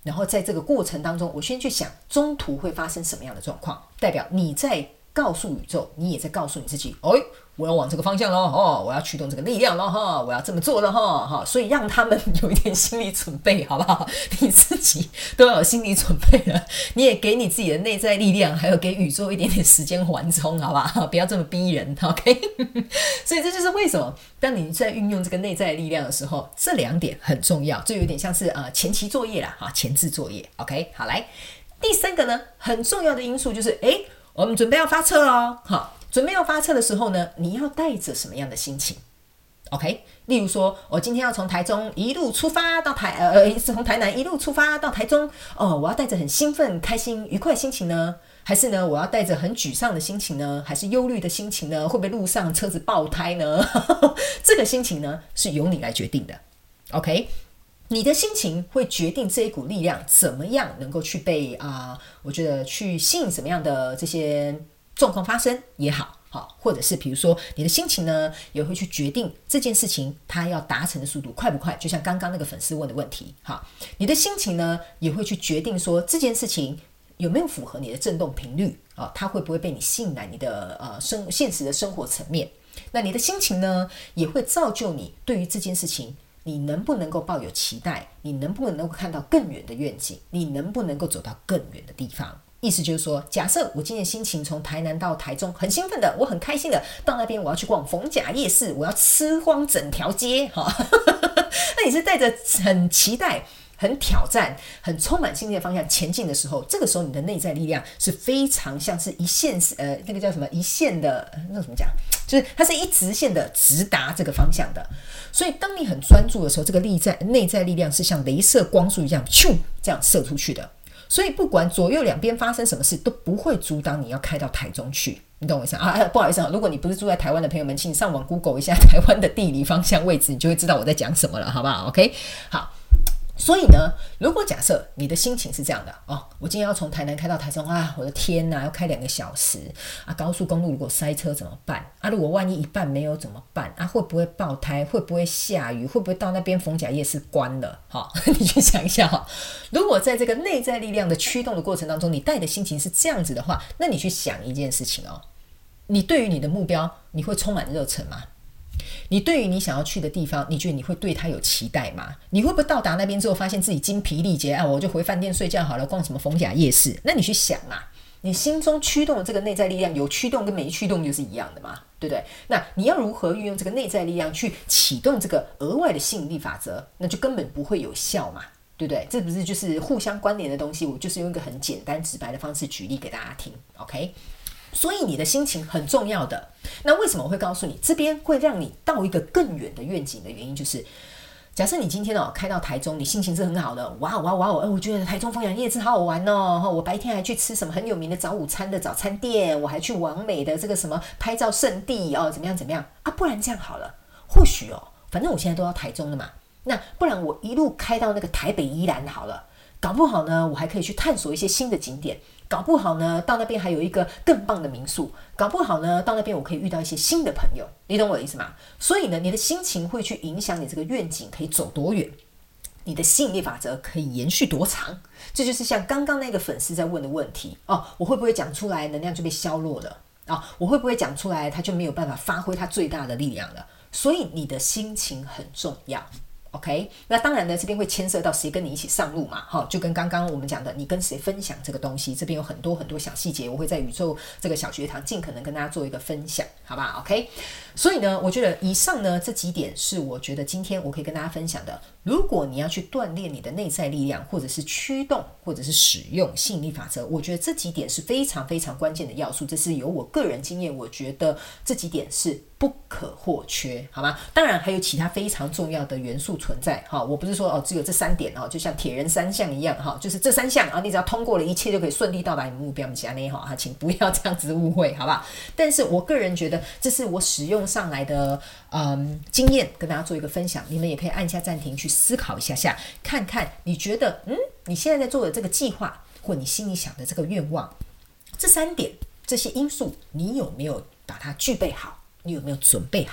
然后在这个过程当中，我先去想中途会发生什么样的状况，代表你在告诉宇宙，你也在告诉你自己，我要往这个方向咯，我要驱动这个力量咯，我要这么做了所以让他们有一点心理准备，好不好？你自己都要有心理准备了，你也给你自己的内在力量，还有给宇宙一点点时间缓冲，好不好？不要这么逼人 ，OK？ 所以这就是为什么当你在运用这个内在力量的时候，这2点很重要，这有点像是前期作业啦，前置作业 ，OK？ 好，来第3个呢，很重要的因素就是我们准备要发车咯，准备要发车的时候呢，你要带着什么样的心情 ？OK， 例如说，我今天要从台中一路出发到从台南一路出发到台中，我要带着很兴奋、开心、愉快的心情呢，还是呢，我要带着很沮丧的心情呢，还是忧虑的心情呢？会不会路上车子爆胎呢？这个心情呢，是由你来决定的。OK， 你的心情会决定这一股力量怎么样能够去被我觉得去吸引什么样的这些状况发生也好，或者是比如说你的心情呢，也会去决定这件事情它要达成的速度快不快，就像刚刚那个粉丝问的问题，你的心情呢也会去决定说这件事情有没有符合你的振动频率，它会不会被你吸引来你的现实的生活层面。那你的心情呢也会造就你对于这件事情你能不能够抱有期待，你能不能够看到更远的愿景，你能不能够走到更远的地方。意思就是说，假设我今天心情从台南到台中很兴奋的，我很开心的到那边，我要去逛逢甲夜市，我要吃光整条街那你是带着很期待、很挑战、很充满信心的方向前进的时候，这个时候你的内在力量是非常像是一线那个叫什么一线的，那怎么讲？就是它是一直线的直达这个方向的。所以当你很专注的时候，这个内在力量是像雷射光束一样，咻这样射出去的。所以不管左右两边发生什么事，都不会阻挡你要开到台中去。你懂我意思不好意思如果你不是住在台湾的朋友们，请你上网 Google 一下台湾的地理方向位置，你就会知道我在讲什么了，好不好 ？OK， 好。所以呢，如果假设你的心情是这样的我今天要从台南开到台中我的天哪，要开2个小时高速公路如果塞车怎么办如果万一一半没有怎么办会不会爆胎，会不会下雨，会不会到那边逢甲夜市关了你去想一下如果在这个内在力量的驱动的过程当中，你带的心情是这样子的话，那你去想一件事情你对于你的目标你会充满热忱吗？你对于你想要去的地方，你觉得你会对它有期待吗？你会不会到达那边之后发现自己精疲力竭我就回饭店睡觉好了，逛什么逢甲夜市？那你去想你心中驱动的这个内在力量，有驱动跟没驱动就是一样的嘛，对不对？那你要如何运用这个内在力量去启动这个额外的吸引力法则，那就根本不会有效嘛，对不对？这不是就是互相关联的东西？我就是用一个很简单直白的方式举例给大家听 OK，所以你的心情很重要的。那为什么我会告诉你这边会让你到一个更远的愿景的原因，就是假设你今天开到台中，你心情是很好的，哇，我觉得台中逢甲夜市好好玩我白天还去吃什么很有名的早午餐的早餐店，我还去完美的这个什么拍照圣地怎么样不然这样好了，或许反正我现在都要台中了嘛，那不然我一路开到那个台北宜兰好了，搞不好呢我还可以去探索一些新的景点，搞不好呢到那边还有一个更棒的民宿，搞不好呢到那边我可以遇到一些新的朋友，你懂我的意思吗？所以呢你的心情会去影响你这个愿景可以走多远，你的吸引力法则可以延续多长。这就是像刚刚那个粉丝在问的问题我会不会讲出来能量就被削弱了我会不会讲出来他就没有办法发挥他最大的力量了？所以你的心情很重要OK， 那当然呢，这边会牵涉到谁跟你一起上路嘛，就跟刚刚我们讲的，你跟谁分享这个东西，这边有很多很多小细节，我会在宇宙这个小学堂尽可能跟大家做一个分享，好不好 ？OK， 所以呢，我觉得以上呢这几点是我觉得今天我可以跟大家分享的。如果你要去锻炼你的内在力量，或者是驱动，或者是使用吸引力法则，我觉得这几点是非常非常关键的要素。这是由我个人经验，我觉得这几点是不可或缺，好吗？当然还有其他非常重要的元素存在我不是说只有这3点就像铁人3项一样就是这3项你只要通过了，一切就可以顺利到达你的目标。请不要这样子误会，好不好？但是我个人觉得这是我使用上来的经验，跟大家做一个分享。你们也可以按下暂停去思考一下下，看看你觉得你现在在做的这个计划，或你心里想的这个愿望，这3点这些因素你有没有把它具备好，你有没有准备好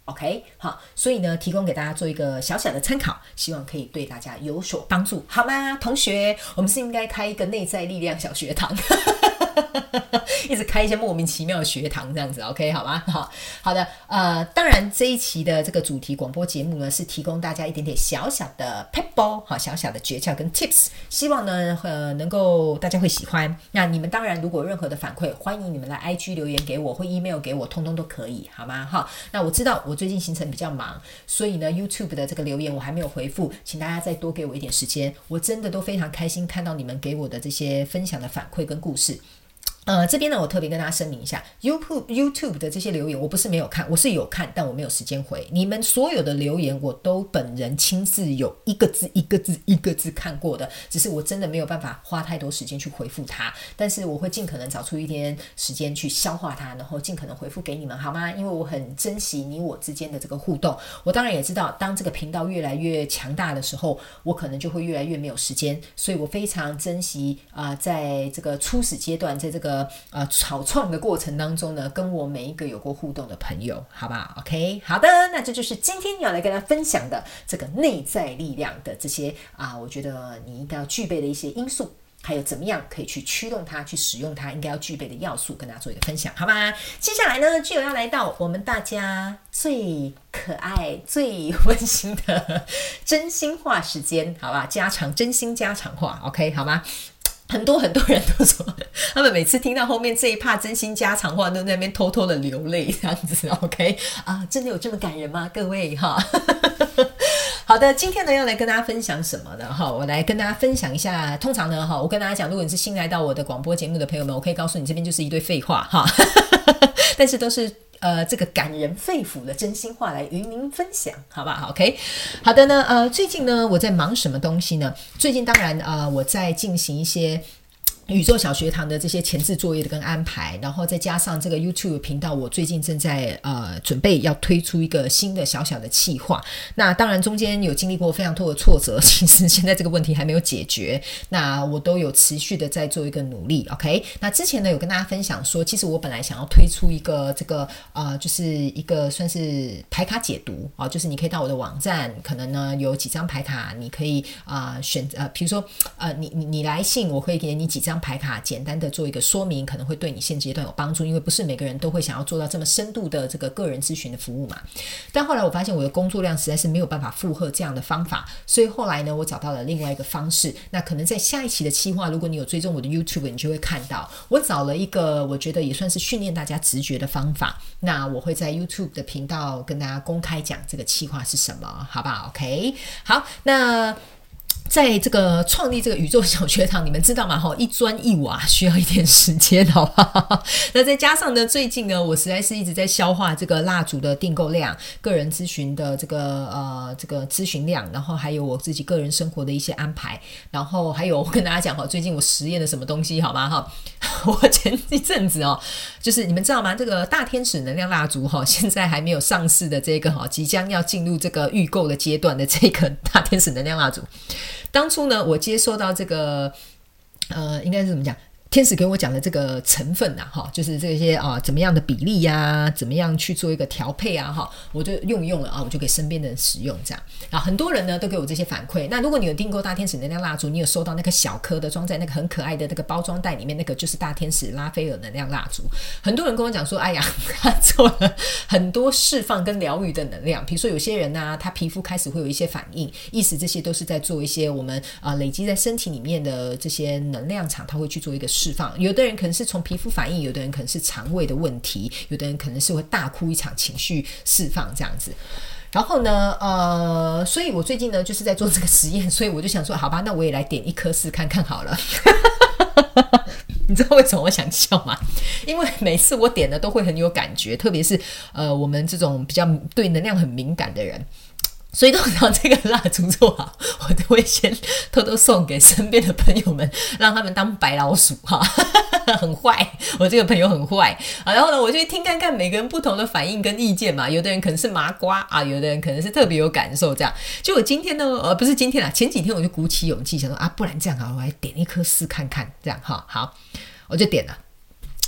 OK， 好，所以呢，提供给大家做一个小小的参考，希望可以对大家有所帮助，好吗？同学，我们是应该开一个内在力量小学堂，一直开一些莫名其妙的学堂这样子 ，OK， 好吗？好的，当然这一期的这个主题广播节目呢，是提供大家一点点小小的 pebble， 好，小小的诀窍跟 tips， 希望呢，能够大家会喜欢。那你们当然如果有任何的反馈，欢迎你们来 IG 留言给我，或 email 给我，通通都可以，好吗？哈，那我知道我最近行程比较忙，所以呢 YouTube 的这个留言我还没有回复，请大家再多给我一点时间，我真的都非常开心看到你们给我的这些分享的反馈跟故事。这边呢，我特别跟大家声明一下 ，YouTube 的这些留言，我不是没有看，我是有看，但我没有时间回。你们所有的留言，我都本人亲自有一个字看过的，只是我真的没有办法花太多时间去回复它，但是我会尽可能找出一点时间去消化它，然后尽可能回复给你们，好吗？因为我很珍惜你我之间的这个互动。我当然也知道，当这个频道越来越强大的时候，我可能就会越来越没有时间，所以我非常珍惜在这个初始阶段，在这个草创的过程当中呢，跟我每一个有过互动的朋友，好不好 ？OK， 好的，那这就是今天要来跟大家分享的这个内在力量的这些我觉得你应该要具备的一些因素，还有怎么样可以去驱动它、去使用它，应该要具备的要素，跟大家做一个分享，好吗？接下来呢，就要来到我们大家最可爱、最温馨的真心话时间，好吧？真心家常话 ，OK， 好吗？很多人都说，他们每次听到后面这一趴真心家常话，都在那边偷偷的流泪，这样子 ，OK 真的有这么感人吗？各位哈，好的，今天呢要来跟大家分享什么呢？我来跟大家分享一下。通常呢，我跟大家讲，如果你是新来到我的广播节目的朋友们，我可以告诉你，这边就是一堆废话哈，但是都是。这个感人肺腑的真心话来与您分享，好不好 ？OK， 好的呢，最近呢我在忙什么东西呢？最近当然我在进行一些宇宙小学堂的这些前置作业的跟安排，然后再加上这个 YouTube 频道，我最近正在准备要推出一个新的小小的企划。那当然中间有经历过非常多的挫折，其实现在这个问题还没有解决，那我都有持续的在做一个努力 OK。 那之前呢有跟大家分享说，其实我本来想要推出一个这个就是一个算是牌卡解读就是你可以到我的网站，可能呢有几张牌卡，你可以选比如说你来信，我会给你几张牌卡，简单的做一个说明，可能会对你现阶段有帮助，因为不是每个人都会想要做到这么深度的这个个人咨询的服务嘛。但后来我发现我的工作量实在是没有办法负荷这样的方法，所以后来呢我找到了另外一个方式。那可能在下一期的企划，如果你有追踪我的 YouTube， 你就会看到我找了一个我觉得也算是训练大家直觉的方法。那我会在 YouTube 的频道跟大家公开讲这个企划是什么，好不好 OK。 好，那在这个创立这个宇宙小学堂，你们知道吗？一砖一瓦需要一点时间，好不好？那再加上呢，最近呢，我实在是一直在消化这个蜡烛的订购量、个人咨询的这个咨询量，然后还有我自己个人生活的一些安排，然后还有我跟大家讲最近我实验了什么东西，好吗？我前一阵子就是你们知道吗？这个大天使能量蜡烛现在还没有上市的这个即将要进入这个预购的阶段的这个大天使能量蜡烛。当初呢，我接收到这个应该是怎么讲？天使给我讲的这个成分就是这些怎么样的比例呀，怎么样去做一个调配啊我就用了我就给身边的人使用这样。然后很多人呢都给我这些反馈。那如果你有订购大天使能量蜡烛，你有收到那个小颗的装在那个很可爱的那个包装袋里面，那个就是大天使拉斐尔能量蜡烛。很多人跟我讲说，哎呀，他做了很多释放跟疗愈的能量，比如说有些人呢他皮肤开始会有一些反应，意思这些都是在做一些我们累积在身体里面的这些能量场，他会去做一个释放。有的人可能是从皮肤反应，有的人可能是肠胃的问题，有的人可能是会大哭一场情绪释放这样子。然后呢所以我最近呢就是在做这个实验，所以我就想说好吧，那我也来点一颗试看看好了你知道为什么我想笑吗？因为每次我点的都会很有感觉，特别是我们这种比较对能量很敏感的人，所以通常这个蜡烛做好，我都会先偷偷送给身边的朋友们，让他们当白老鼠很坏，我这个朋友很坏然后呢我就听看看每个人不同的反应跟意见嘛，有的人可能是麻瓜有的人可能是特别有感受这样。就我今天呢不是今天啦，前几天我就鼓起勇气想说不然这样好，我来点一颗试看看这样好，我就点了。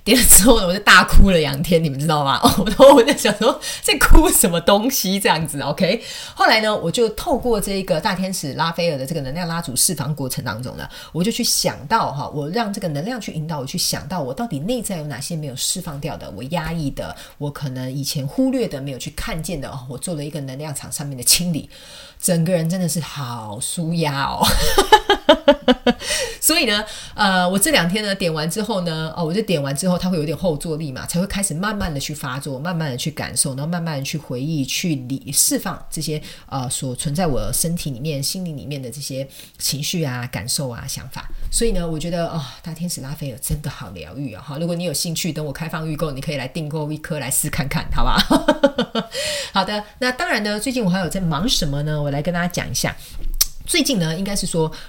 点了之后呢，我就大哭了2天，你们知道吗？我在想说在哭什么东西这样子 ，OK。后来呢，我就透过这个大天使拉斐尔的这个能量拉主释放过程当中呢，我就去想到哈，我让这个能量去引导我去想到我到底内在有哪些没有释放掉的，我压抑的，我可能以前忽略的，没有去看见的，我做了一个能量场上面的清理，整个人真的是好舒压哦。所以呢，我这2天呢点完之后呢，我就点完之后，它会有点后坐力嘛，才会开始慢慢的去发作，慢慢的去感受，然后慢慢的去回忆，去释放这些所存在我身体里面、心灵里面的这些情绪啊、感受啊、想法。所以呢，我觉得大天使拉斐尔真的好疗愈啊！如果你有兴趣，等我开放预购，你可以来订购一颗来试看看，好吧？好的，那当然呢，最近我还有在忙什么呢？我来跟大家讲一下。最近呢，应该是说，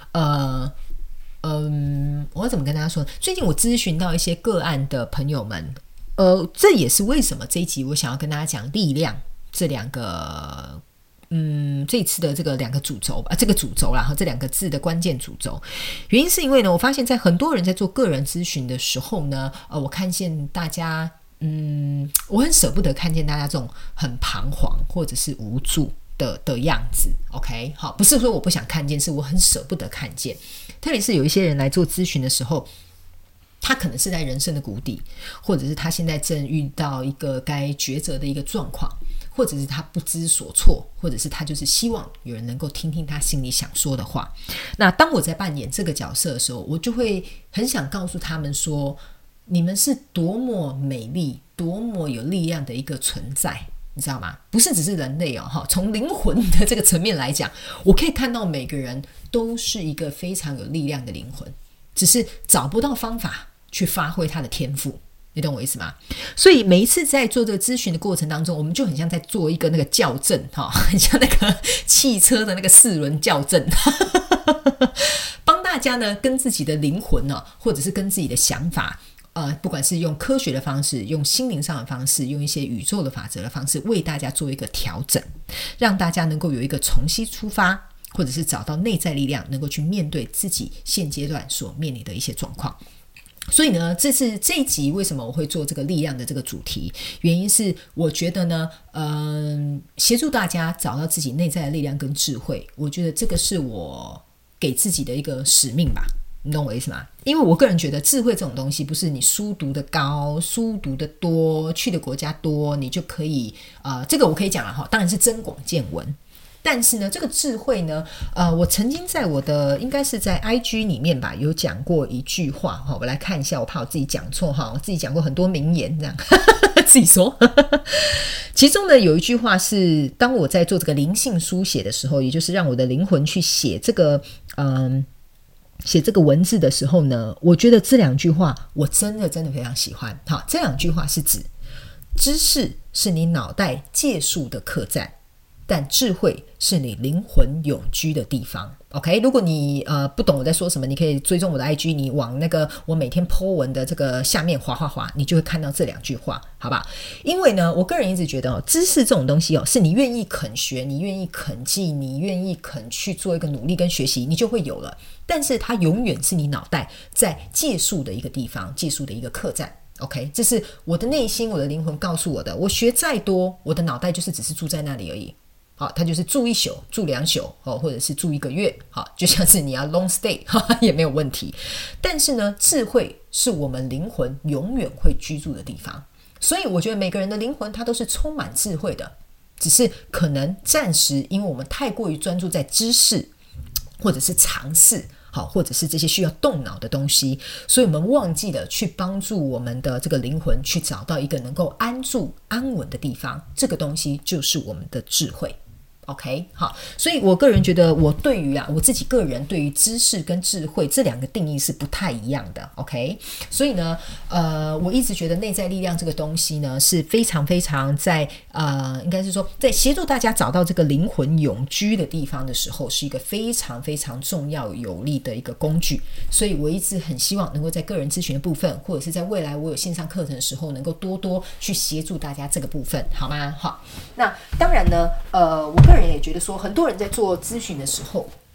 我要怎么跟大家说？最近我咨询到一些个案的朋友们，这也是为什么这一集我想要跟大家讲力量这2个，这一次的这个2个主轴吧，这个主轴啦，这2个字的关键主轴，原因是因为呢，我发现在很多人在做个人咨询的时候呢，我看见大家，我很舍不得看见大家这种很彷徨或者是无助的样子 ，OK， 好，不是说我不想看见，是我很舍不得看见。特别是有一些人来做咨询的时候，他可能是在人生的谷底，或者是他现在正遇到一个该抉择的一个状况，或者是他不知所措，或者是他就是希望有人能够听听他心里想说的话。那当我在扮演这个角色的时候，我就会很想告诉他们说，你们是多么美丽、多么有力量的一个存在。你知道吗？不是只是人类哦，从灵魂的这个层面来讲，我可以看到每个人都是一个非常有力量的灵魂，只是找不到方法去发挥他的天赋，你懂我意思吗？所以每一次在做这个咨询的过程当中，我们就很像在做一个那个校正，很像那个汽车的那个4轮校正，帮大家呢跟自己的灵魂呢，或者是跟自己的想法。不管是用科学的方式，用心灵上的方式，用一些宇宙的法则的方式，为大家做一个调整，让大家能够有一个重新出发，或者是找到内在力量，能够去面对自己现阶段所面临的一些状况。所以呢，这一集为什么我会做这个力量的这个主题？原因是我觉得呢，协助大家找到自己内在的力量跟智慧，我觉得这个是我给自己的一个使命吧。你懂我意思吗？因为我个人觉得智慧这种东西不是你书读的高、书读的多、去的国家多，你就可以这个我可以讲了哈，当然是增广见闻。但是呢，这个智慧呢，我曾经在我的应该是在 IG 里面吧，有讲过一句话哈，我来看一下，我怕我自己讲错哈，我自己讲过很多名言这样，自己说。其中呢有一句话是，当我在做这个灵性书写的时候，也就是让我的灵魂去写这个写这个文字的时候呢，我觉得这2句话我真的非常喜欢。好，这2句话是指知识是你脑袋借宿的客栈，但智慧是你灵魂永居的地方。OK， 如果你不懂我在说什么，你可以追踪我的 IG， 你往那个我每天 po 文的这个下面滑，你就会看到这2句话，好吧？因为呢，我个人一直觉得知识这种东西是你愿意肯学，你愿意肯记，你愿意肯去做一个努力跟学习，你就会有了。但是它永远是你脑袋在借宿的一个地方，借宿的一个客栈。OK， 这是我的内心，我的灵魂告诉我的。我学再多，我的脑袋就是只是住在那里而已。好，它就是住1宿、住2宿，或者是住1个月，好，就像是你要 long stay 也没有问题。但是呢，智慧是我们灵魂永远会居住的地方，所以我觉得每个人的灵魂它都是充满智慧的，只是可能暂时因为我们太过于专注在知识或者是尝试，好，或者是这些需要动脑的东西，所以我们忘记了去帮助我们的这个灵魂去找到一个能够安住安稳的地方，这个东西就是我们的智慧。OK， 好，所以我个人觉得我对于我自己个人对于知识跟智慧这2个定义是不太一样的。OK， 所以呢我一直觉得内在力量这个东西呢是非常在应该是说在协助大家找到这个灵魂永居的地方的时候，是一个非常重要有力的一个工具。所以我一直很希望能够在个人咨询的部分，或者是在未来我有线上课程的时候，能够多去协助大家这个部分，好吗？好，那当然呢我个人也觉得说，很多人在做咨询的时候，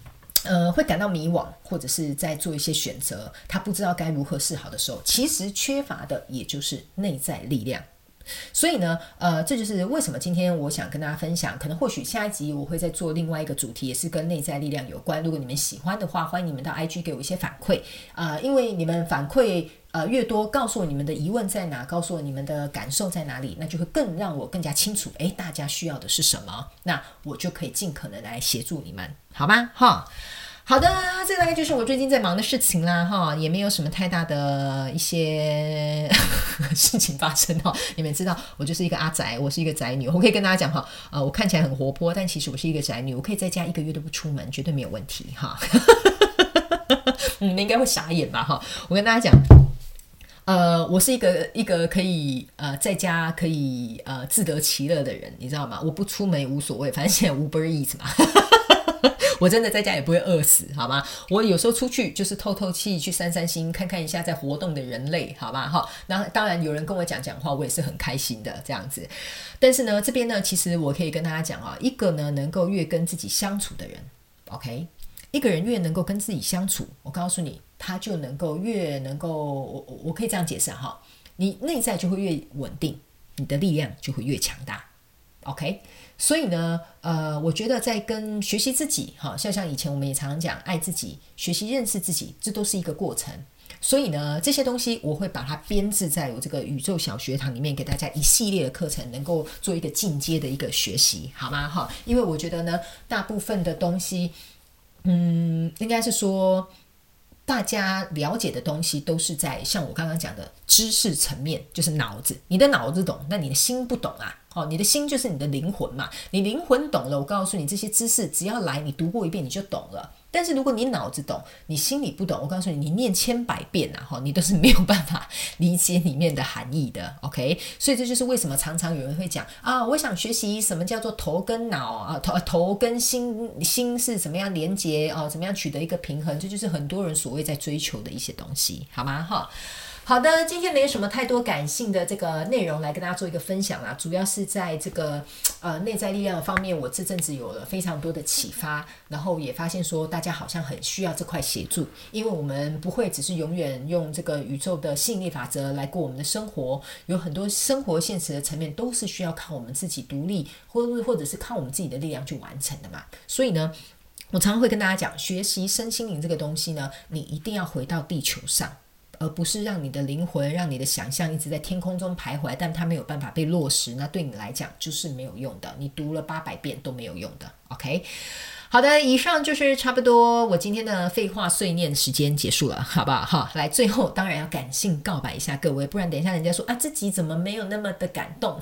会感到迷惘，或者是在做一些选择，他不知道该如何是好的时候，其实缺乏的也就是内在力量。所以呢，这就是为什么今天我想跟大家分享，可能或许下一集我会再做另外一个主题，也是跟内在力量有关。如果你们喜欢的话，欢迎你们到 IG 给我一些反馈，因为你们反馈越多，告诉我你们的疑问在哪，告诉我你们的感受在哪里，那就会更让我更加清楚，大家需要的是什么，那我就可以尽可能来协助你们，好吗？哈。好的，这大概就是我最近在忙的事情啦，哈，也没有什么太大的一些事情发生哈。你们知道，我就是一个阿宅，我是一个宅女，我可以跟大家讲哈，我看起来很活泼，但其实我是一个宅女，我可以在家1个月都不出门，绝对没有问题哈。你们应该会傻眼吧哈？我跟大家讲。我是一个可以在家可以自得其乐的人，你知道吗？我不出门也无所谓，反正现在 Uber Eats 嘛。我真的在家也不会饿死，好吗？我有时候出去就是透透气，去散散心，看看一下在活动的人类，好吧？哈，那当然有人跟我讲话，我也是很开心的这样子。但是呢，这边呢，其实我可以跟大家讲一个呢，能够越跟自己相处的人 ，OK， 一个人越能够跟自己相处，我告诉你，他就能够越能够，我可以这样解释哈，你内在就会越稳定，你的力量就会越强大。OK， 所以呢，我觉得在跟学习自己，像以前我们也常常讲爱自己，学习认识自己，这都是一个过程。所以呢，这些东西我会把它编制在我这个宇宙小学堂里面，给大家一系列的课程，能够做一个进阶的一个学习，好吗？哈，因为我觉得呢，大部分的东西，应该是说。大家了解的东西都是在像我刚刚讲的知识层面，就是脑子，你的脑子懂，但你的心不懂啊。你的心就是你的灵魂嘛，你灵魂懂了，我告诉你这些知识只要来，你读过一遍你就懂了。但是如果你脑子懂，你心里不懂，我告诉你，你念千百遍你都是没有办法理解里面的含义的。OK， 所以这就是为什么常常有人会讲我想学习什么叫做头跟脑头跟心是怎么样连接怎么样取得一个平衡，这就是很多人所谓在追求的一些东西，好吗？哈。好的，今天没有什么太多感性的这个内容来跟大家做一个分享啦，主要是在这个内在力量方面，我这阵子有了非常多的启发，然后也发现说大家好像很需要这块协助，因为我们不会只是永远用这个宇宙的吸引力法则来过我们的生活，有很多生活现实的层面都是需要靠我们自己独立，或者是靠我们自己的力量去完成的嘛，所以呢。我常常会跟大家讲，学习身心灵这个东西呢，你一定要回到地球上，而不是让你的灵魂、让你的想象一直在天空中徘徊，但它没有办法被落实，那对你来讲就是没有用的，你读了800遍都没有用的。OK， 好的，以上就是差不多我今天的废话碎念时间结束了，好不好？好，来，最后当然要感性告白一下各位，不然等一下人家说自己怎么没有那么的感动。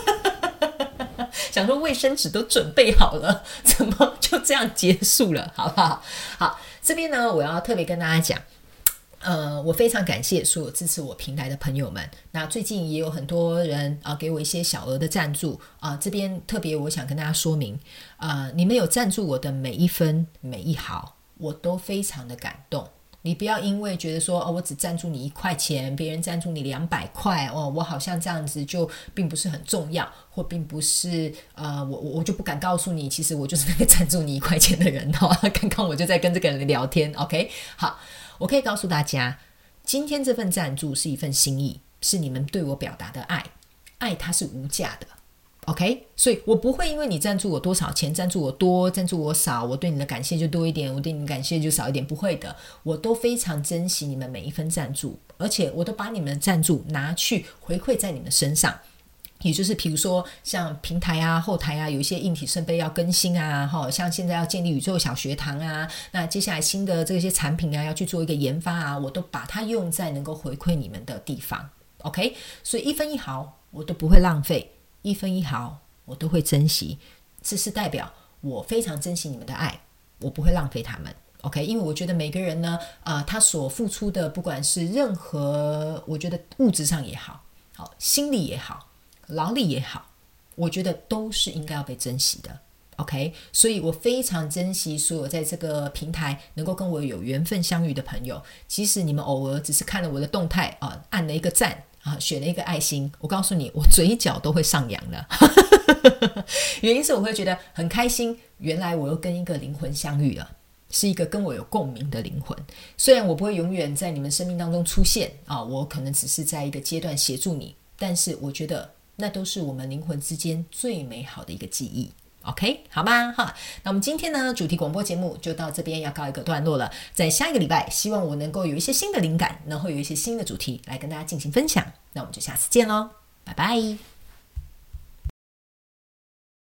想说卫生纸都准备好了，怎么就这样结束了，好不好？好，这边呢，我要特别跟大家讲，我非常感谢所有支持我平台的朋友们。那最近也有很多人给我一些小额的赞助这边特别我想跟大家说明，你们有赞助我的每一分每一毫，我都非常的感动。你不要因为觉得说我只赞助你1块钱，别人赞助你200块我好像这样子就并不是很重要，或并不是我就不敢告诉你，其实我就是那个赞助你1块钱的人刚刚我就在跟这个人聊天 OK， 好，我可以告诉大家，今天这份赞助是一份心意，是你们对我表达的爱它是无价的。OK， 所以我不会因为你赞助我多少钱，赞助我多，赞助我少，我对你的感谢就多一点，我对你的感谢就少一点，不会的，我都非常珍惜你们每一分赞助，而且我都把你们的赞助拿去回馈在你们身上。也就是比如说像平台后台有一些硬体设备要更新像现在要建立宇宙小学堂那接下来新的这些产品要去做一个研发我都把它用在能够回馈你们的地方。 OK， 所以1分1毫我都不会浪费，1分1毫我都会珍惜，这是代表我非常珍惜你们的爱，我不会浪费他们。OK， 因为我觉得每个人呢他所付出的不管是任何我觉得物质上也好心力也好劳力也好，我觉得都是应该要被珍惜的。OK， 所以我非常珍惜所有在这个平台能够跟我有缘分相遇的朋友，即使你们偶尔只是看了我的动态按了一个赞选了一个爱心，我告诉你我嘴角都会上扬了原因是我会觉得很开心，原来我又跟一个灵魂相遇了。 是一个跟我有共鸣的灵魂。虽然我不会永远在你们生命当中出现我可能只是在一个阶段协助你，但是我觉得那都是我们灵魂之间最美好的一个记忆。OK， 好吗？那我们今天呢，主题广播节目就到这边要告一个段落了。在下一个礼拜，希望我能够有一些新的灵感，然后有一些新的主题来跟大家进行分享。那我们就下次见咯，拜拜。